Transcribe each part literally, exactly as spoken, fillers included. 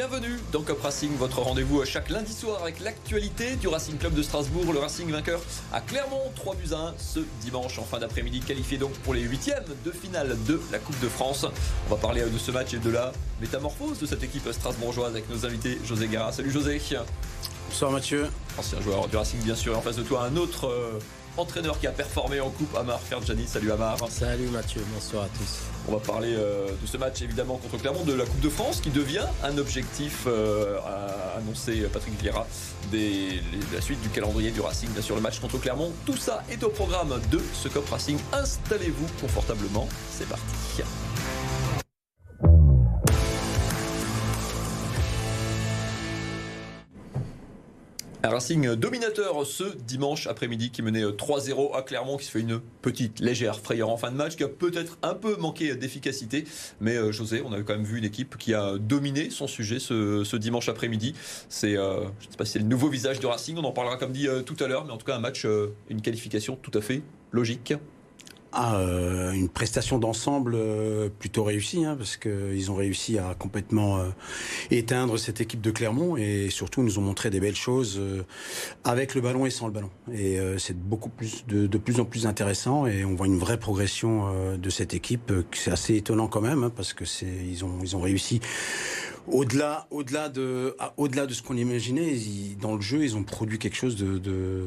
Bienvenue dans Cop Racing, votre rendez-vous chaque lundi soir avec l'actualité du Racing Club de Strasbourg. Le Racing vainqueur à Clermont, trois buts à un ce dimanche en fin d'après-midi, qualifié donc pour les huitièmes de finale de la Coupe de France. On va parler de ce match et de la métamorphose de cette équipe strasbourgeoise avec nos invités José Guerra. Salut José. Bonsoir Mathieu. Ancien joueur du Racing bien sûr, et en face de toi un autre euh, entraîneur qui a performé en coupe, Amar Ferjani. Salut Amar. Salut Mathieu, bonsoir à tous. On va parler euh, de ce match évidemment contre Clermont, de la Coupe de France qui devient un objectif, euh, a annoncé Patrick Vieira, des, les, la suite du calendrier du Racing, bien sûr le match contre Clermont. Tout ça est au programme de ce Cop Racing. Installez-vous confortablement, c'est parti. Un Racing dominateur ce dimanche après-midi qui menait trois zéro à Clermont, qui se fait une petite légère frayeur en fin de match, qui a peut-être un peu manqué d'efficacité. Mais euh, José, on a quand même vu une équipe qui a dominé son sujet ce, ce dimanche après-midi. C'est, euh, je ne sais pas si c'est le nouveau visage du Racing, on en parlera comme dit euh, tout à l'heure, mais en tout cas un match, euh, une qualification tout à fait logique. Ah, euh, une prestation d'ensemble euh, plutôt réussie, hein, parce qu'ils ont réussi à complètement euh, éteindre cette équipe de Clermont et surtout nous ont montré des belles choses euh, avec le ballon et sans le ballon. Et euh, c'est beaucoup plus de, de plus en plus intéressant et on voit une vraie progression euh, de cette équipe. Euh, c'est assez étonnant quand même, hein, parce que c'est ils ont ils ont réussi. Au-delà, au-delà de, au-delà de ce qu'on imaginait, ils, dans le jeu, ils ont produit quelque chose de, de,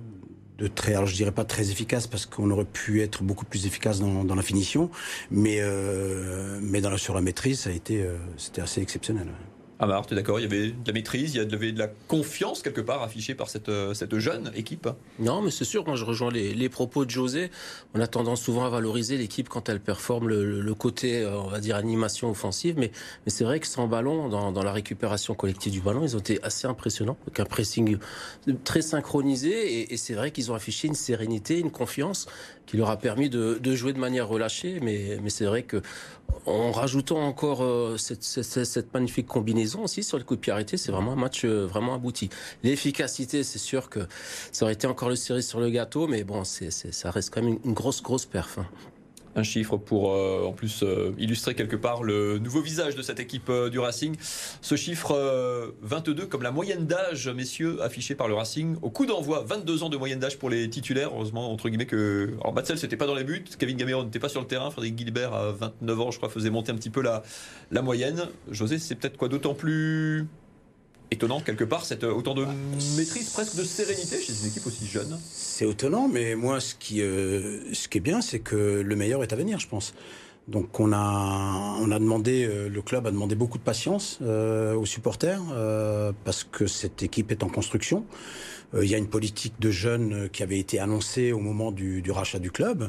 de très, alors je dirais pas très efficace parce qu'on aurait pu être beaucoup plus efficace dans, dans la finition, mais, euh, mais dans la, sur la maîtrise, ça a été, euh, c'était assez exceptionnel. Amar, tu es d'accord, il y avait de la maîtrise, il y avait de la confiance quelque part affichée par cette, cette jeune équipe. Non, mais c'est sûr, moi je rejoins les, les propos de José. On a tendance souvent à valoriser l'équipe quand elle performe le, le côté, on va dire, animation offensive, mais, mais c'est vrai que sans ballon, dans, dans la récupération collective du ballon, ils ont été assez impressionnants, avec un pressing très synchronisé, et, et c'est vrai qu'ils ont affiché une sérénité, une confiance qui leur a permis de, de jouer de manière relâchée, mais, mais c'est vrai que en rajoutant encore euh, cette, cette, cette magnifique combinaison aussi sur le coup de pied arrêté, c'est vraiment un match euh, vraiment abouti. L'efficacité, c'est sûr que ça aurait été encore le cerise sur le gâteau, mais bon, c'est, c'est, ça reste quand même une, une grosse, grosse perf. Hein. Un chiffre pour euh, en plus euh, illustrer quelque part le nouveau visage de cette équipe euh, du Racing. Ce chiffre euh, vingt-deux comme la moyenne d'âge, messieurs, affichée par le Racing. Au coup d'envoi, vingt-deux ans de moyenne d'âge pour les titulaires. Heureusement, entre guillemets, que. Alors, Matzel, c'était pas dans les buts. Kevin Gamero n'était pas sur le terrain. Frédéric Guilbert, à vingt-neuf ans, je crois, faisait monter un petit peu la, la moyenne. José, c'est peut-être quoi d'autant plus étonnant, quelque part, cette autant de maîtrise, presque de sérénité chez une équipe aussi jeune. C'est étonnant, mais moi, ce qui, euh, ce qui est bien, c'est que le meilleur est à venir, je pense. Donc, on a, on a demandé, euh, le club a demandé beaucoup de patience euh, aux supporters, euh, parce que cette équipe est en construction. Il y a une politique de jeunes qui avait été annoncée au moment du, du rachat du club.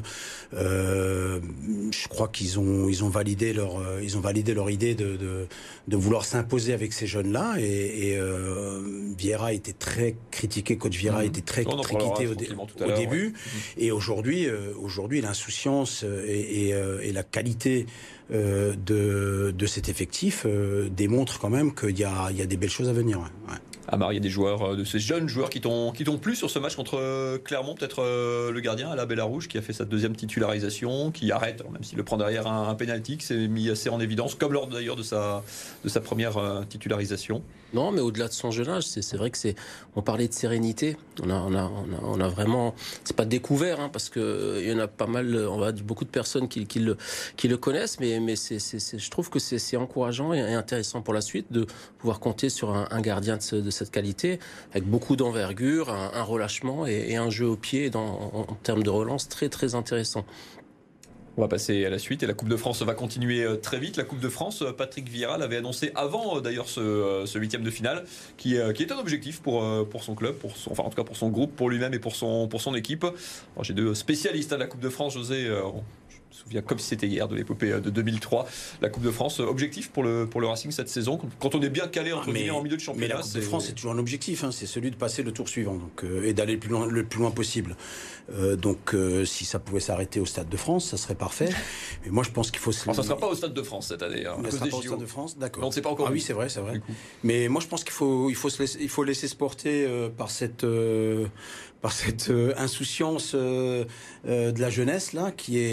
Euh, je crois qu'ils ont, ils ont validé leur, ils ont validé leur idée de, de, de vouloir s'imposer avec ces jeunes-là. Et, et euh, Vieira était très critiqué, coach Vieira mmh. était très on critiqué au, dé, au début. Ouais. Mmh. Et aujourd'hui, euh, aujourd'hui, l'insouciance et, et, euh, et la qualité euh, de, de cet effectif euh, démontrent quand même qu'il y a, il y a des belles choses à venir. Ouais. Ouais. Amar, il y a des joueurs, de ces jeunes joueurs qui t'ont, qui t'ont plu sur ce match contre Clermont, peut-être euh, le gardien Ala Bellarouge qui a fait sa deuxième titularisation, qui arrête, même s'il le prend derrière un, un pénalty, qui s'est mis assez en évidence, comme lors d'ailleurs de sa, de sa première euh, titularisation. Non, mais au-delà de son jeune âge, c'est, c'est vrai que c'est. On parlait de sérénité. On a, on a, on a, on a vraiment. C'est pas découvert, hein, parce que il y en a pas mal. On va dire beaucoup de personnes qui, qui le, qui le connaissent, mais, mais c'est, c'est, c'est, je trouve que c'est, c'est encourageant et intéressant pour la suite de pouvoir compter sur un, un gardien de, ce, de cette qualité, avec beaucoup d'envergure, un, un relâchement et, et un jeu au pied dans, en, en termes de relance très, très intéressant. On va passer à la suite et la Coupe de France va continuer très vite. La Coupe de France, Patrick Vieira l'avait annoncé avant d'ailleurs ce, ce huitième de finale, qui, qui est un objectif pour, pour son club, pour son, enfin en tout cas pour son groupe, pour lui-même et pour son, pour son équipe. Alors, j'ai deux spécialistes de la Coupe de France, José. Je me souviens comme si c'était hier de l'épopée de deux mille trois. La Coupe de France, objectif pour le, pour le Racing cette saison, quand on est bien calé entre guillemets en milieu de championnat. Mais la Coupe c'est... de France, c'est toujours un objectif, hein, c'est celui de passer le tour suivant donc, euh, et d'aller le plus loin, le plus loin possible. Euh, donc euh, si ça pouvait s'arrêter au Stade de France, ça serait parfait. Mais moi je pense qu'il faut se... Alors, ça ne sera pas au Stade de France cette année. Hein, ça ne sera pas au Stade de France, d'accord. On ne sait pas encore. Ah oui, c'est vrai, c'est vrai. Mais moi je pense qu'il faut, il faut, se laisser, il faut laisser se porter euh, par cette... Euh, par cette euh, insouciance euh, euh, de la jeunesse là, qui est, qui est en capacité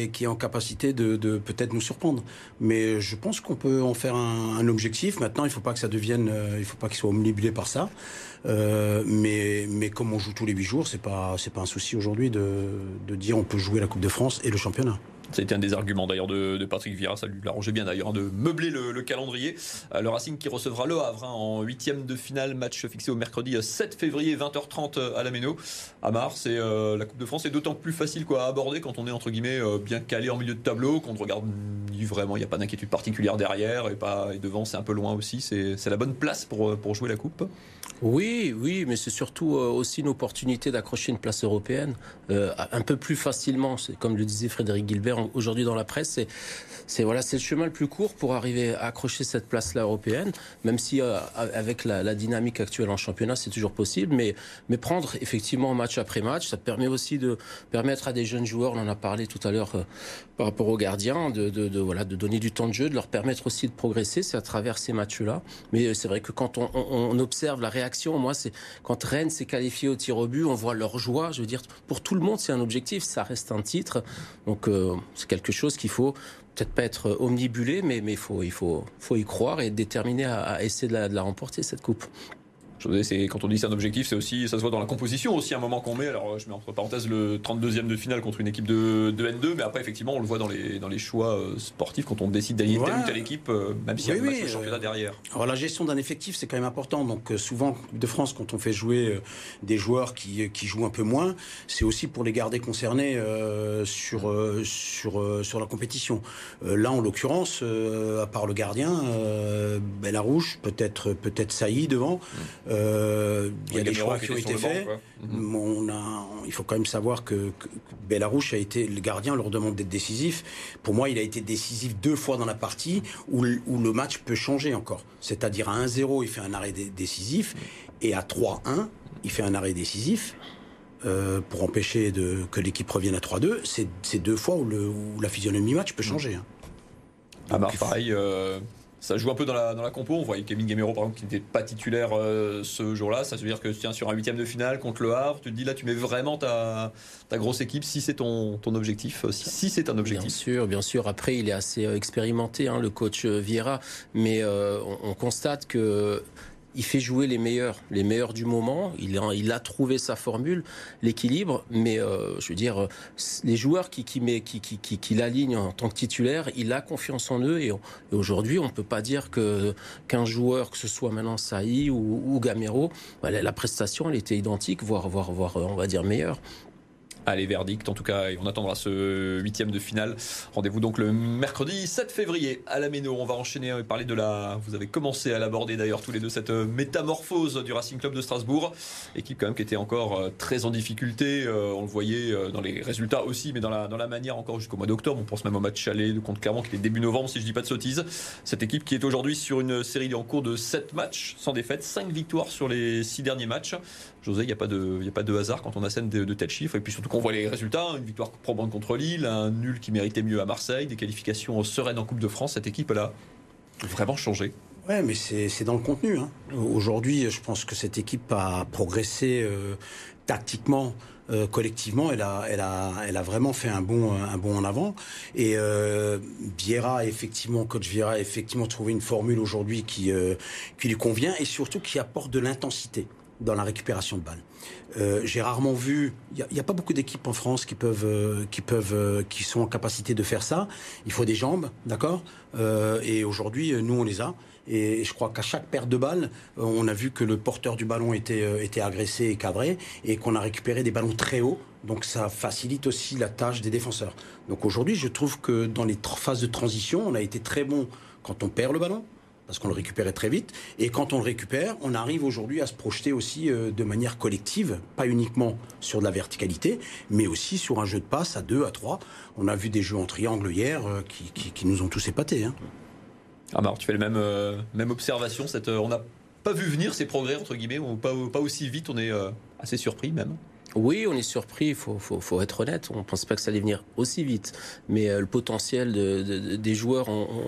capacité de, de peut-être nous surprendre. Mais je pense qu'on peut en faire un, un objectif. Maintenant, il ne faut pas que ça devienne, euh, il faut pas qu'il soit omnibulé par ça. Euh, mais, mais comme on joue tous les huit jours, c'est pas, c'est pas un souci aujourd'hui de, de dire on peut jouer la Coupe de France et le championnat. Ça a été un des arguments d'ailleurs de, de Patrick Vieira, ça lui arrangeait bien d'ailleurs de meubler le, le calendrier. Euh, le Racing qui recevra Le Havre hein, en huitième de finale, match fixé au mercredi sept février vingt heures trente à la Méno. Amar, c'est euh, la Coupe de France est d'autant plus facile quoi, à aborder quand on est entre guillemets euh, bien calé en milieu de tableau, qu'on regarde vraiment, il n'y a pas d'inquiétude particulière derrière et, pas, et devant c'est un peu loin aussi. C'est, c'est la bonne place pour, pour jouer la Coupe. Oui, oui, mais c'est surtout aussi une opportunité d'accrocher une place européenne euh, un peu plus facilement. C'est, comme le disait Frédéric Guilbert aujourd'hui dans la presse, c'est, c'est, voilà, c'est le chemin le plus court pour arriver à accrocher cette place-là européenne, même si euh, avec la, la dynamique actuelle en championnat, c'est toujours possible. Mais, mais prendre effectivement match après match, ça permet aussi de permettre à des jeunes joueurs, on en a parlé tout à l'heure euh, par rapport aux gardiens, de, de, de, voilà, de donner du temps de jeu, de leur permettre aussi de progresser. C'est à travers ces matchs-là. Mais c'est vrai que quand on, on, on observe la réaction, moi, c'est quand Rennes s'est qualifié au tir au but, on voit leur joie. Je veux dire, pour tout le monde, c'est un objectif, ça reste un titre. Donc, euh, c'est quelque chose qu'il faut peut-être pas être omnibulé, mais mais faut il faut faut y croire et être déterminé à, à essayer de la, de la remporter cette coupe. C'est, quand on dit c'est un objectif, c'est aussi, ça se voit dans la composition aussi, un moment qu'on met. Alors je mets entre parenthèses le trente-deuxième de finale contre une équipe de, de N deux, mais après effectivement on le voit dans les, dans les choix sportifs quand on décide d'aligner ouais. telle ou telle équipe, même s'il oui, y a un match de championnat euh, derrière. Alors la gestion d'un effectif c'est quand même important. Donc souvent en Coupe de France quand on fait jouer des joueurs qui, qui jouent un peu moins, c'est aussi pour les garder concernés euh, sur, euh, sur, euh, sur la compétition. Euh, là en l'occurrence, euh, à part le gardien, euh, Bellarouche, peut-être, peut-être Saïd devant. Mmh. Euh, il y a des choix qui ont été faits. Mmh. On a, il faut quand même savoir que, que Bellarouche a été le gardien, on leur demande d'être décisif. Pour moi, il a été décisif deux fois dans la partie où, où le match peut changer encore. C'est-à-dire à un zéro, il fait un arrêt d- décisif et à trois un, il fait un arrêt décisif. Euh, pour empêcher de, que l'équipe revienne à trois deux, c'est, c'est deux fois où, le, où la physionomie match peut changer. Hein. Ah bah, pareil. Euh... Ça joue un peu dans la, dans la compo. On voyait Kevin Gamero, par exemple, qui n'était pas titulaire euh, ce jour-là. Ça veut dire que tiens, sur un huitième de finale contre le Havre, tu te dis là, tu mets vraiment ta, ta grosse équipe si c'est ton, ton objectif. Si, si c'est un objectif. Bien sûr, bien sûr. Après, il est assez expérimenté, hein, le coach Vieira. Mais euh, on, on constate que il fait jouer les meilleurs, les meilleurs du moment. Il a, il a trouvé sa formule, l'équilibre. Mais euh, je veux dire, les joueurs qui, qui, met, qui, qui, qui, qui l'alignent en tant que titulaire, il a confiance en eux. Et, on, et aujourd'hui, on ne peut pas dire que qu'un joueur, que ce soit maintenant Saï ou, ou Gamero, bah, la, la prestation, elle était identique, voire, voire, voire, on va dire meilleure. Allez, verdict, en tout cas, on attendra ce huitième de finale. Rendez-vous donc le mercredi sept février à la Méno. On va enchaîner et parler de la... Vous avez commencé à l'aborder d'ailleurs tous les deux, cette métamorphose du Racing Club de Strasbourg. Équipe quand même qui était encore très en difficulté. On le voyait dans les résultats aussi, mais dans la, dans la manière encore jusqu'au mois d'octobre. On pense même au match aller de contre Clermont qui était début novembre, si je dis pas de sottises. Cette équipe qui est aujourd'hui sur une série en cours de sept matchs sans défaite, cinq victoires sur les six derniers matchs. José, il n'y a pas de, il n'y a pas de hasard quand on assène de, de tels chiffres. Et puis surtout qu'on voit les résultats, une victoire probante contre Lille, un nul qui méritait mieux à Marseille, des qualifications sereines en Coupe de France. Cette équipe là a vraiment changé. Ouais, mais c'est, c'est dans le contenu. Hein. Aujourd'hui, je pense que cette équipe a progressé euh, tactiquement, euh, collectivement. Elle a, elle a, elle a vraiment fait un bond, un bond en avant. Et euh, Vieira, effectivement, coach Vieira, a effectivement trouvé une formule aujourd'hui qui, euh, qui lui convient et surtout qui apporte de l'intensité dans la récupération de balles. Euh, j'ai rarement vu, il n'y a, a pas beaucoup d'équipes en France qui peuvent, euh, qui peuvent, euh, qui sont en capacité de faire ça. Il faut des jambes, d'accord euh, et aujourd'hui, nous, on les a. Et je crois qu'à chaque perte de balles, on a vu que le porteur du ballon était, euh, était agressé et cadré et qu'on a récupéré des ballons très hauts. Donc ça facilite aussi la tâche des défenseurs. Donc aujourd'hui, je trouve que dans les tr- phases de transition, on a été très bon quand on perd le ballon, parce qu'on le récupérait très vite. Et quand on le récupère, on arrive aujourd'hui à se projeter aussi euh, de manière collective, pas uniquement sur de la verticalité, mais aussi sur un jeu de passe à deux, à trois. On a vu des jeux en triangle hier euh, qui, qui, qui nous ont tous épatés. Hein. Ah bah, tu fais la même, euh, même observation. Cette, euh, on n'a pas vu venir ces progrès, entre guillemets, ou pas, pas aussi vite. On est euh, assez surpris même. Oui, on est surpris, il faut, faut, faut être honnête. On ne pense pas que ça allait venir aussi vite. Mais euh, le potentiel de, de, de, des joueurs... On, on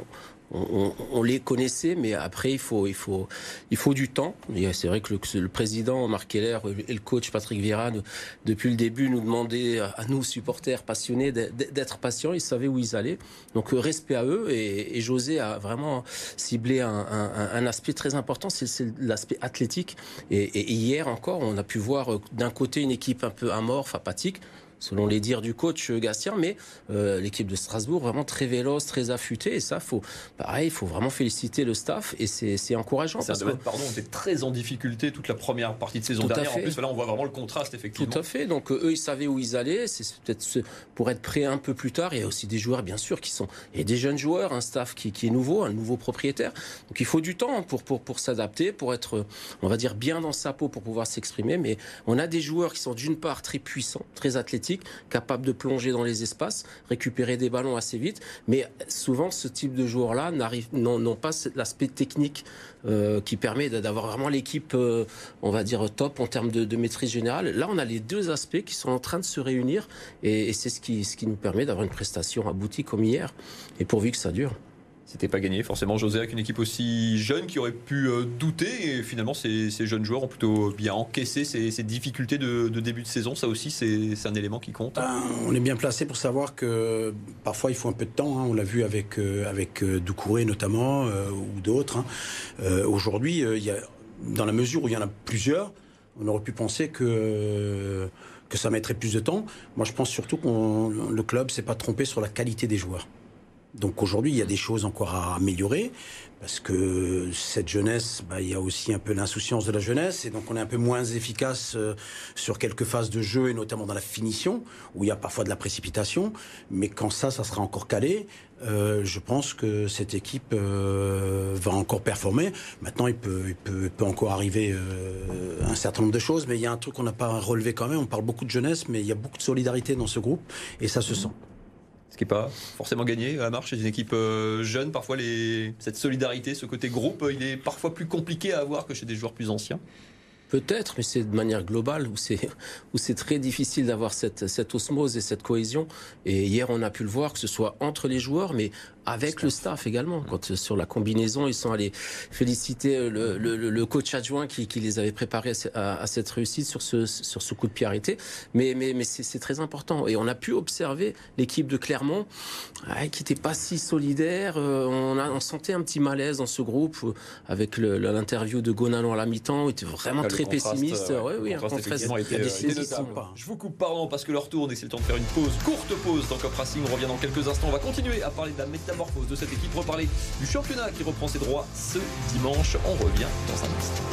on, on, on les connaissait, mais après il faut, il faut, il faut du temps. Et c'est vrai que le, le président Marc Keller et le coach Patrick Vieira, depuis le début, nous demandaient à nous supporters passionnés d'être patients. Ils savaient où ils allaient. Donc respect à eux. Et, et José a vraiment ciblé un, un, un aspect très important, c'est, c'est l'aspect athlétique. Et, et hier encore, on a pu voir d'un côté une équipe un peu amorphe, apathique, selon les dires du coach Gastien, mais euh, l'équipe de Strasbourg vraiment très véloce, très affûtée, et ça, faut, pareil, il faut vraiment féliciter le staff, et c'est, c'est encourageant. C'est un domaine, que... pardon, on était très en difficulté toute la première partie de saison dernière. En plus, là, on voit vraiment le contraste, effectivement. Tout à fait. Donc, eux, ils savaient où ils allaient. C'est peut-être ce... pour être prêts un peu plus tard. Il y a aussi des joueurs, bien sûr, qui sont... Il y a des jeunes joueurs, un staff qui, qui est nouveau, un nouveau propriétaire. Donc, il faut du temps pour, pour, pour s'adapter, pour être, on va dire, bien dans sa peau, pour pouvoir s'exprimer. Mais on a des joueurs qui sont, d'une part, très puissants, très athlétiques, capables de plonger dans les espaces, récupérer des ballons assez vite. Mais souvent, ce type de joueurs-là n'arrivent, n'ont, n'ont pas l'aspect technique euh, qui permet d'avoir vraiment l'équipe, euh, on va dire, top en termes de, de maîtrise générale. Là, on a les deux aspects qui sont en train de se réunir et, et c'est ce qui, ce qui nous permet d'avoir une prestation aboutie comme hier. Et pourvu que ça dure. C'était pas gagné forcément, José, avec une équipe aussi jeune qui aurait pu euh, douter, et finalement ces, ces jeunes joueurs ont plutôt bien encaissé ces, ces difficultés de, de début de saison. Ça aussi, c'est, c'est un élément qui compte. Ben, on est bien placé pour savoir que parfois il faut un peu de temps, hein. On l'a vu avec, euh, avec euh, Doucouré notamment, euh, ou d'autres, hein. euh, Aujourd'hui, euh, il y a, dans la mesure où il y en a plusieurs, on aurait pu penser que... Euh, que ça mettrait plus de temps. Moi, je pense surtout que le club s'est pas trompé sur la qualité des joueurs. Donc aujourd'hui, il y a des choses encore à améliorer, parce que cette jeunesse, bah, il y a aussi un peu l'insouciance de la jeunesse, et donc on est un peu moins efficace euh, sur quelques phases de jeu, et notamment dans la finition, où il y a parfois de la précipitation. Mais quand ça, ça sera encore calé, euh, je pense que cette équipe euh, va encore performer. Maintenant, il peut, il peut, il peut encore arriver euh, un certain nombre de choses, mais il y a un truc qu'on n'a pas relevé quand même. On parle beaucoup de jeunesse, mais il y a beaucoup de solidarité dans ce groupe, et ça se sent. Ce qui n'est pas forcément gagné à la marche chez une équipe euh, jeune. Parfois, les... cette solidarité, ce côté groupe, il est parfois plus compliqué à avoir que chez des joueurs plus anciens. Peut-être, mais c'est de manière globale où c'est, où c'est très difficile d'avoir cette, cette osmose et cette cohésion. Et hier, on a pu le voir, que ce soit entre les joueurs, mais avec staff. le staff également. Quand sur la combinaison, ils sont allés féliciter le, le, le coach adjoint qui, qui les avait préparés à, à cette réussite sur ce, sur ce coup de pied arrêté. Mais, mais, mais c'est, c'est très important. Et on a pu observer l'équipe de Clermont, ouais, qui n'était pas si solidaire. On, a, on sentait un petit malaise dans ce groupe, avec le, l'interview de Gonalon à la mi-temps, il était vraiment très pessimiste. Euh, ouais, oui, un contraste effectivement était, euh, était notable. Je vous coupe pardon parce que leur tourne et c'est le temps de faire une pause, courte pause dans Cop Racing. On revient dans quelques instants. On va continuer à parler de la métamorphose de cette équipe, reparler du championnat qui reprend ses droits ce dimanche. On revient dans un instant.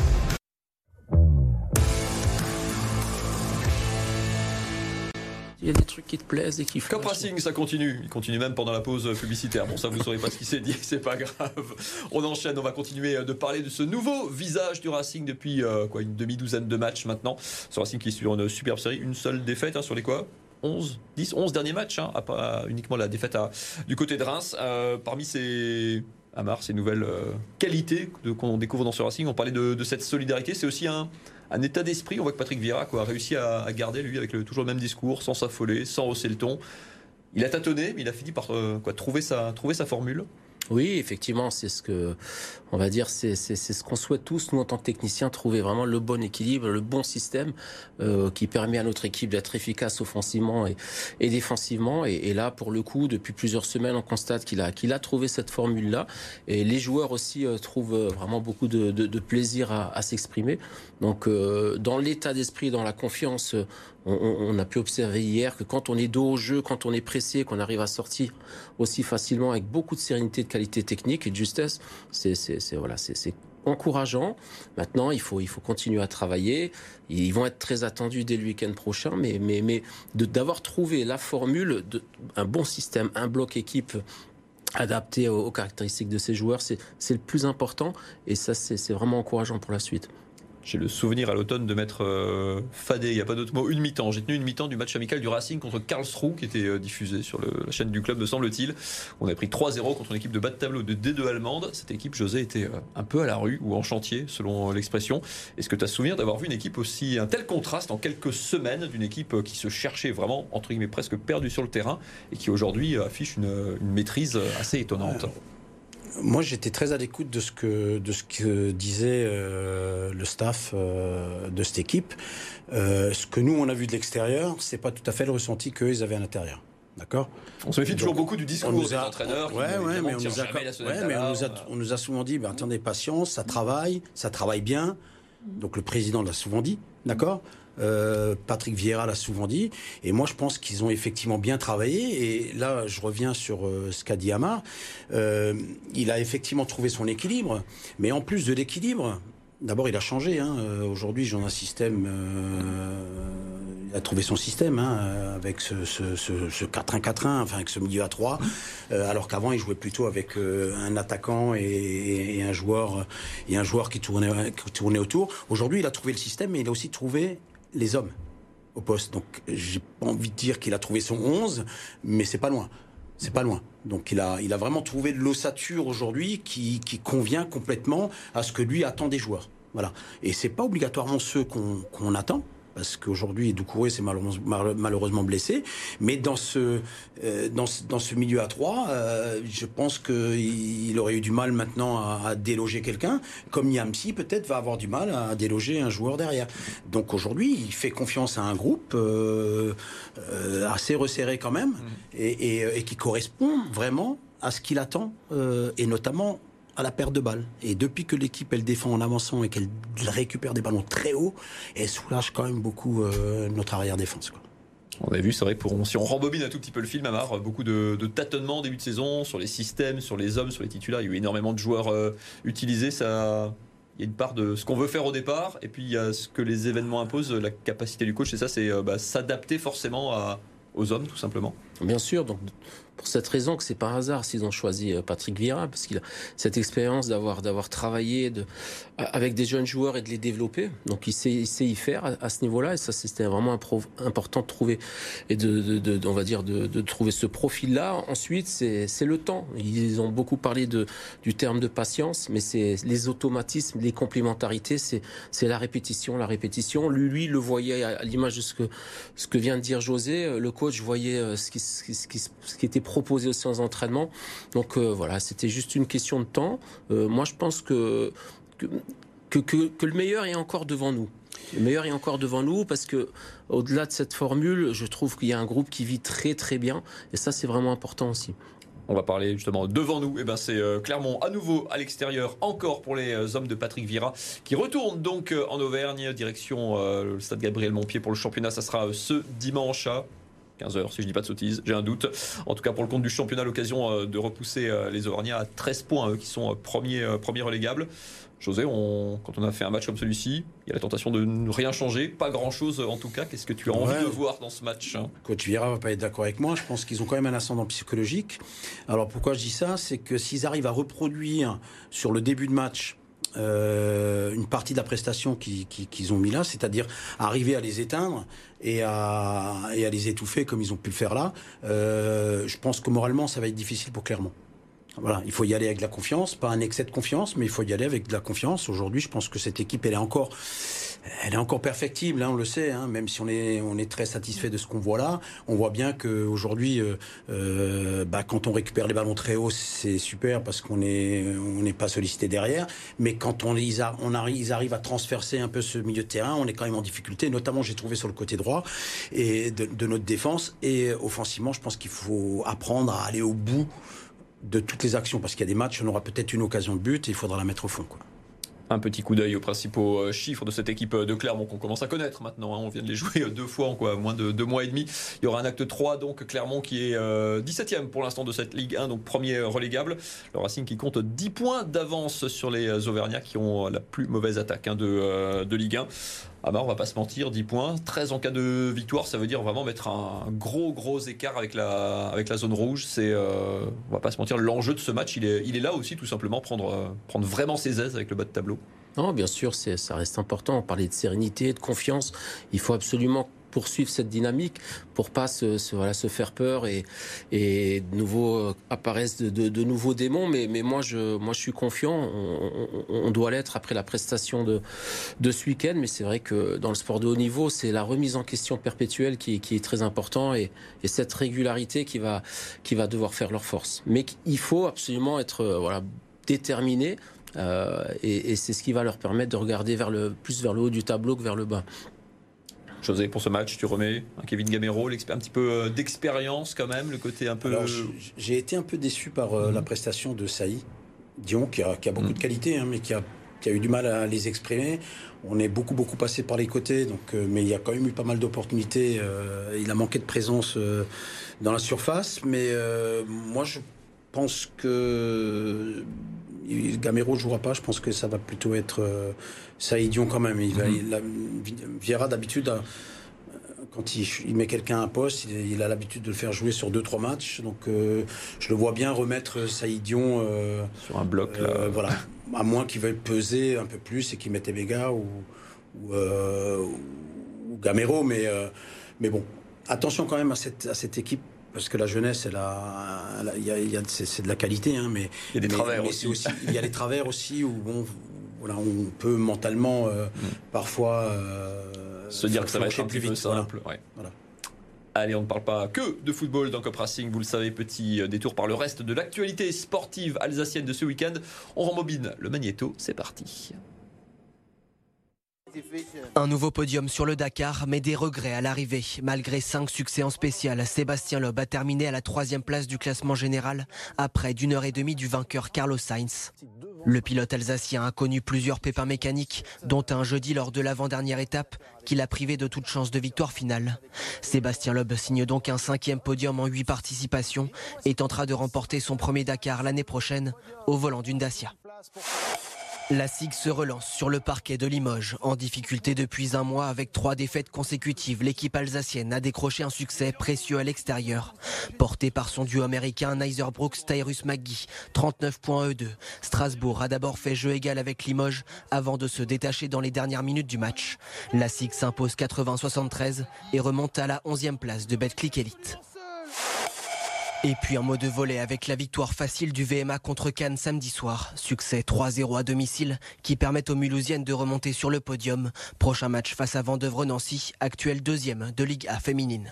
Il y a des trucs qui te plaisent et qui font. Cop Racing, ça continue. Il continue même pendant la pause publicitaire. Bon, ça, vous ne saurez pas ce qui s'est dit, c'est pas grave. On enchaîne, on va continuer de parler de ce nouveau visage du Racing depuis euh, quoi, une demi-douzaine de matchs maintenant. Ce Racing qui est sur une superbe série, une seule défaite hein, sur les quoi onze, dix, onze derniers matchs, hein, à pas uniquement la défaite à, du côté de Reims. Euh, parmi ces. Amar, ces nouvelles euh, qualités de, qu'on découvre dans ce Racing, on parlait de, de cette solidarité, c'est aussi un. Un état d'esprit, on voit que Patrick Vieira quoi, a réussi à, à garder, lui, avec le, toujours le même discours, sans s'affoler, sans hausser le ton. Il a tâtonné, mais il a fini par euh, quoi, trouver, sa, trouver sa formule. Oui, effectivement, c'est ce que, on va dire, c'est, c'est, c'est ce qu'on souhaite tous, nous, en tant que techniciens, trouver vraiment le bon équilibre, le bon système euh, qui permet à notre équipe d'être efficace offensivement et, et défensivement. Et, et là, pour le coup, depuis plusieurs semaines, on constate qu'il a, qu'il a trouvé cette formule-là. Et les joueurs aussi euh, trouvent vraiment beaucoup de, de, de plaisir à, à s'exprimer. Donc, euh, dans l'état d'esprit, dans la confiance, on, on a pu observer hier que quand on est dos au jeu, quand on est pressé, qu'on arrive à sortir aussi facilement avec beaucoup de sérénité, de qualité technique et de justesse, c'est, c'est, c'est, voilà, c'est, c'est encourageant. Maintenant, il faut, il faut continuer à travailler. Ils vont être très attendus dès le week-end prochain, mais, mais, mais de, d'avoir trouvé la formule, de, un bon système, un bloc équipe adapté aux, aux caractéristiques de ces joueurs, c'est, c'est le plus important et ça, c'est, c'est vraiment encourageant pour la suite. J'ai le souvenir à l'automne de mettre euh, fadé, il n'y a pas d'autre mot, une mi-temps. J'ai tenu une mi-temps du match amical du Racing contre Karlsruhe qui était euh, diffusé sur le, la chaîne du club, me semble-t-il. On a pris trois zéro contre une équipe de bas de tableau de D deux allemande. Cette équipe, José, était euh, un peu à la rue ou en chantier, selon l'expression. Est-ce que tu as souvenir d'avoir vu une équipe aussi, un tel contraste en quelques semaines d'une équipe euh, qui se cherchait vraiment, entre guillemets, presque perdue sur le terrain et qui aujourd'hui euh, affiche une, une maîtrise assez étonnante? euh... Moi, j'étais très à l'écoute de ce que, de ce que disait euh, le staff euh, de cette équipe. Euh, ce que nous, on a vu de l'extérieur, c'est pas tout à fait le ressenti qu'eux, ils avaient à l'intérieur. D'accord ? On se méfie toujours beaucoup du discours des a, entraîneurs. Ouais, qui, ouais, mais on nous, a, ouais, mais on, nous a, on nous a souvent dit, ben, attendez, patience, ça travaille, ça travaille bien. Donc le président l'a souvent dit, d'accord ? Euh, Patrick Vieira l'a souvent dit, et moi je pense qu'ils ont effectivement bien travaillé. Et là, je reviens sur euh, ce qu'a dit Amar. Euh, il a effectivement trouvé son équilibre, mais en plus de l'équilibre, d'abord il a changé. Hein. Aujourd'hui, j'ai un système. Euh, il a trouvé son système hein, avec ce, ce, ce, ce quatre un quatre un, enfin avec ce milieu à trois, euh, alors qu'avant il jouait plutôt avec euh, un attaquant et, et, et un joueur et un joueur qui tournait, qui tournait autour. Aujourd'hui, il a trouvé le système, mais il a aussi trouvé les hommes au poste. Donc, j'ai pas envie de dire qu'il a trouvé son onze, mais c'est pas loin. C'est pas loin. Donc, il a, il a vraiment trouvé de l'ossature aujourd'hui qui, qui convient complètement à ce que lui attend des joueurs. Voilà. Et c'est pas obligatoirement ceux qu'on, qu'on attend. Parce qu'aujourd'hui, Doucouré s'est malheureusement, malheureusement blessé. Mais dans ce, euh, dans ce, dans ce milieu à trois, euh, je pense qu'il aurait eu du mal maintenant à, à déloger quelqu'un, comme Niamsi peut-être va avoir du mal à déloger un joueur derrière. Donc aujourd'hui, il fait confiance à un groupe euh, euh, assez resserré quand même, mmh. et, et, et qui correspond vraiment à ce qu'il attend, euh, et notamment à la perte de balles. Et depuis que l'équipe, elle défend en avançant et qu'elle récupère des ballons très hauts, elle soulage quand même beaucoup euh, notre arrière-défense, quoi. On a vu, c'est vrai, pour, si on rembobine un tout petit peu le film, Amar, beaucoup de, de tâtonnements au début de saison sur les systèmes, sur les hommes, sur les titulaires. Il y a eu énormément de joueurs euh, utilisés. Ça, il y a une part de ce qu'on veut faire au départ, et puis il y a ce que les événements imposent, la capacité du coach. Et ça, c'est euh, bah, s'adapter forcément à, aux hommes, tout simplement. Bien sûr, donc pour cette raison que c'est pas un hasard s'ils ont choisi Patrick Vieira, parce qu'il a cette expérience d'avoir d'avoir travaillé de, avec des jeunes joueurs et de les développer. Donc il sait, il sait y faire à, à ce niveau-là, et ça c'était vraiment impro- important de trouver et de, de, de on va dire de, de trouver ce profil-là. Ensuite, c'est c'est le temps. Ils ont beaucoup parlé de du terme de patience, mais c'est les automatismes, les complémentarités, c'est c'est la répétition, la répétition. Lui, lui le voyait à l'image de ce que ce que vient de dire José. Le coach voyait ce qui ce qui, ce qui, ce qui était proposé aussi aux entraînements. Donc euh, voilà, c'était juste une question de temps. Euh, moi, je pense que que, que que que le meilleur est encore devant nous. Le meilleur est encore devant nous parce que au-delà de cette formule, je trouve qu'il y a un groupe qui vit très très bien, et ça c'est vraiment important aussi. On va parler justement devant nous. Et ben c'est euh, Clermont à nouveau à l'extérieur, encore pour les euh, hommes de Patrick Vieira, qui retournent donc euh, en Auvergne, direction euh, le stade Gabriel Montpied pour le championnat. Ça sera euh, ce dimanche à quinze heures, si je dis pas de sottises, j'ai un doute. En tout cas, pour le compte du championnat, l'occasion euh, de repousser euh, les Auvergnats à treize points, eux, qui sont euh, premiers, euh, premiers relégables. José, on, quand on a fait un match comme celui-ci, il y a la tentation de ne rien changer, pas grand-chose en tout cas. Qu'est-ce que tu as envie ouais. de voir dans ce match, hein ? Coach Vieira va pas être d'accord avec moi. Je pense qu'ils ont quand même un ascendant psychologique. Alors pourquoi je dis ça ? C'est que s'ils arrivent à reproduire sur le début de match Euh, une partie de la prestation qui, qui, qu'ils ont mis là, c'est-à-dire arriver à les éteindre et à, et à les étouffer comme ils ont pu le faire là, euh, je pense que moralement ça va être difficile pour Clermont. Voilà, il faut y aller avec de la confiance, pas un excès de confiance, mais il faut y aller avec de la confiance. Aujourd'hui, je pense que cette équipe, elle est encore, elle est encore perfectible, hein, on le sait, hein, même si on est, on est très satisfait de ce qu'on voit là. On voit bien qu'aujourd'hui, euh, euh, bah, quand on récupère les ballons très hauts, c'est super parce qu'on est, on n'est pas sollicité derrière. Mais quand on, ils, a, on arrive, ils arrivent à transpercer un peu ce milieu de terrain, on est quand même en difficulté. Notamment, j'ai trouvé sur le côté droit et de, de notre défense. Et offensivement, je pense qu'il faut apprendre à aller au bout de toutes les actions, parce qu'il y a des matchs, on aura peut-être une occasion de but et il faudra la mettre au fond, quoi. Un petit coup d'œil aux principaux chiffres de cette équipe de Clermont qu'on commence à connaître maintenant, hein. On vient de les jouer deux fois en quoi, moins de deux mois et demi. Il y aura un acte trois, donc Clermont qui est euh, dix-septième pour l'instant de cette Ligue un, donc premier relégable. Le Racing qui compte dix points d'avance sur les Auvergnats qui ont la plus mauvaise attaque, hein, de, euh, de Ligue un. Amar, on va pas se mentir, dix points, treize en cas de victoire, ça veut dire vraiment mettre un gros gros écart avec la, avec la zone rouge. C'est, euh, on va pas se mentir, l'enjeu de ce match, il est, il est là aussi, tout simplement, prendre, euh, prendre vraiment ses aises avec le bas de tableau. Non, bien sûr, c'est, ça reste important. On parlait de sérénité, de confiance. Il faut absolument poursuivre cette dynamique pour pas se, se, voilà, se faire peur et, et de nouveau euh, apparaissent de, de, de nouveaux démons. Mais, mais moi, je, moi, je suis confiant. On, on, on doit l'être après la prestation de, de ce week-end. Mais c'est vrai que dans le sport de haut niveau, c'est la remise en question perpétuelle qui, qui est très important et, et cette régularité qui va, qui va devoir faire leur force. Mais il faut absolument être euh, voilà, déterminé. Euh, et, et c'est ce qui va leur permettre de regarder vers le, plus vers le haut du tableau que vers le bas. José, pour ce match, tu remets un Kevin Gamero, un petit peu d'expérience quand même, le côté un peu... Alors, j'ai été un peu déçu par euh, mmh. la prestation de Saïd Dion, qui a, qui a beaucoup mmh. de qualités, hein, mais qui a, qui a eu du mal à les exprimer. On est beaucoup, beaucoup passé par les côtés, donc, euh, mais il y a quand même eu pas mal d'opportunités. Euh, il a manqué de présence euh, dans la surface, mais euh, moi, je pense que... Gamero ne jouera pas, je pense que ça va plutôt être euh, Saïd Dion quand même. Il va, mm-hmm. il a, Vieira d'habitude, quand il, il met quelqu'un à un poste, il, il a l'habitude de le faire jouer sur deux trois matchs. Donc euh, je le vois bien remettre Saïd Dion euh, sur un bloc. Euh, là. Voilà, à moins qu'il veuille peser un peu plus et qu'il mette Vega ou, ou, euh, ou Gamero. Mais, euh, mais bon, attention quand même à cette, à cette équipe. Parce que la jeunesse, elle a, elle a, il y a, il y a, c'est, c'est de la qualité, hein, mais il y a des mais, travers mais aussi. aussi. Il y a les travers aussi où bon, voilà, on peut mentalement euh, mm. parfois euh, se dire que ça va être un plus petit peu vite, simple. Voilà. Ouais. Voilà. Allez, on ne parle pas que de football dans Cop Racing, vous le savez, petit détour par le reste de l'actualité sportive alsacienne de ce week-end. On rembobine le magnéto, c'est parti. Un nouveau podium sur le Dakar, mais des regrets à l'arrivée. Malgré cinq succès en spécial, Sébastien Loeb a terminé à la troisième place du classement général, à près d'une heure et demie du vainqueur Carlos Sainz. Le pilote alsacien a connu plusieurs pépins mécaniques, dont un jeudi lors de l'avant-dernière étape, qui l'a privé de toute chance de victoire finale. Sébastien Loeb signe donc un cinquième podium en huit participations et tentera de remporter son premier Dakar l'année prochaine, au volant d'une Dacia. La S I G se relance sur le parquet de Limoges. En difficulté depuis un mois avec trois défaites consécutives, l'équipe alsacienne a décroché un succès précieux à l'extérieur. Porté par son duo américain Nyser Brooks Tyrus McGee, trente-neuf points eux deux. Strasbourg a d'abord fait jeu égal avec Limoges avant de se détacher dans les dernières minutes du match. La S I G s'impose quatre-vingts à soixante-treize et remonte à la onzième place de Betclic Elite. Et puis un mot de volley avec la victoire facile du V M A contre Cannes samedi soir. Succès trois zéro à domicile qui permet aux Mulhousiennes de remonter sur le podium. Prochain match face à Vendeuvre-Nancy, actuel deuxième de Ligue A féminine.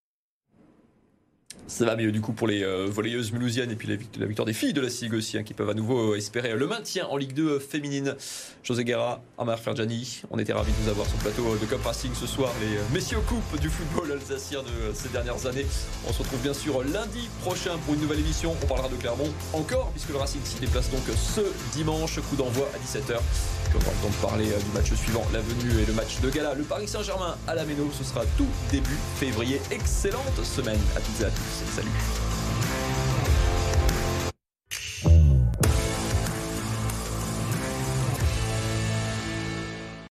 Ça va mieux du coup pour les euh, volleyeuses mulhousiennes et puis la, la victoire des filles de la S I G aussi, hein, qui peuvent à nouveau euh, espérer le maintien en Ligue deux féminine. José Guerra, Amar Ferjani, on était ravis de vous avoir sur le plateau de Cop Racing ce soir, les euh, messieurs coupes du football alsacien de euh, ces dernières années. On se retrouve bien sûr lundi prochain pour une nouvelle émission. On parlera de Clermont encore, puisque le Racing s'y déplace donc ce dimanche, coup d'envoi à dix-sept heures. Puis on aura le temps de parler euh, du match suivant, la venue et le match de gala. Le Paris Saint-Germain à la Méno, ce sera tout début février. Excellente semaine à toutes et à tous. Salut.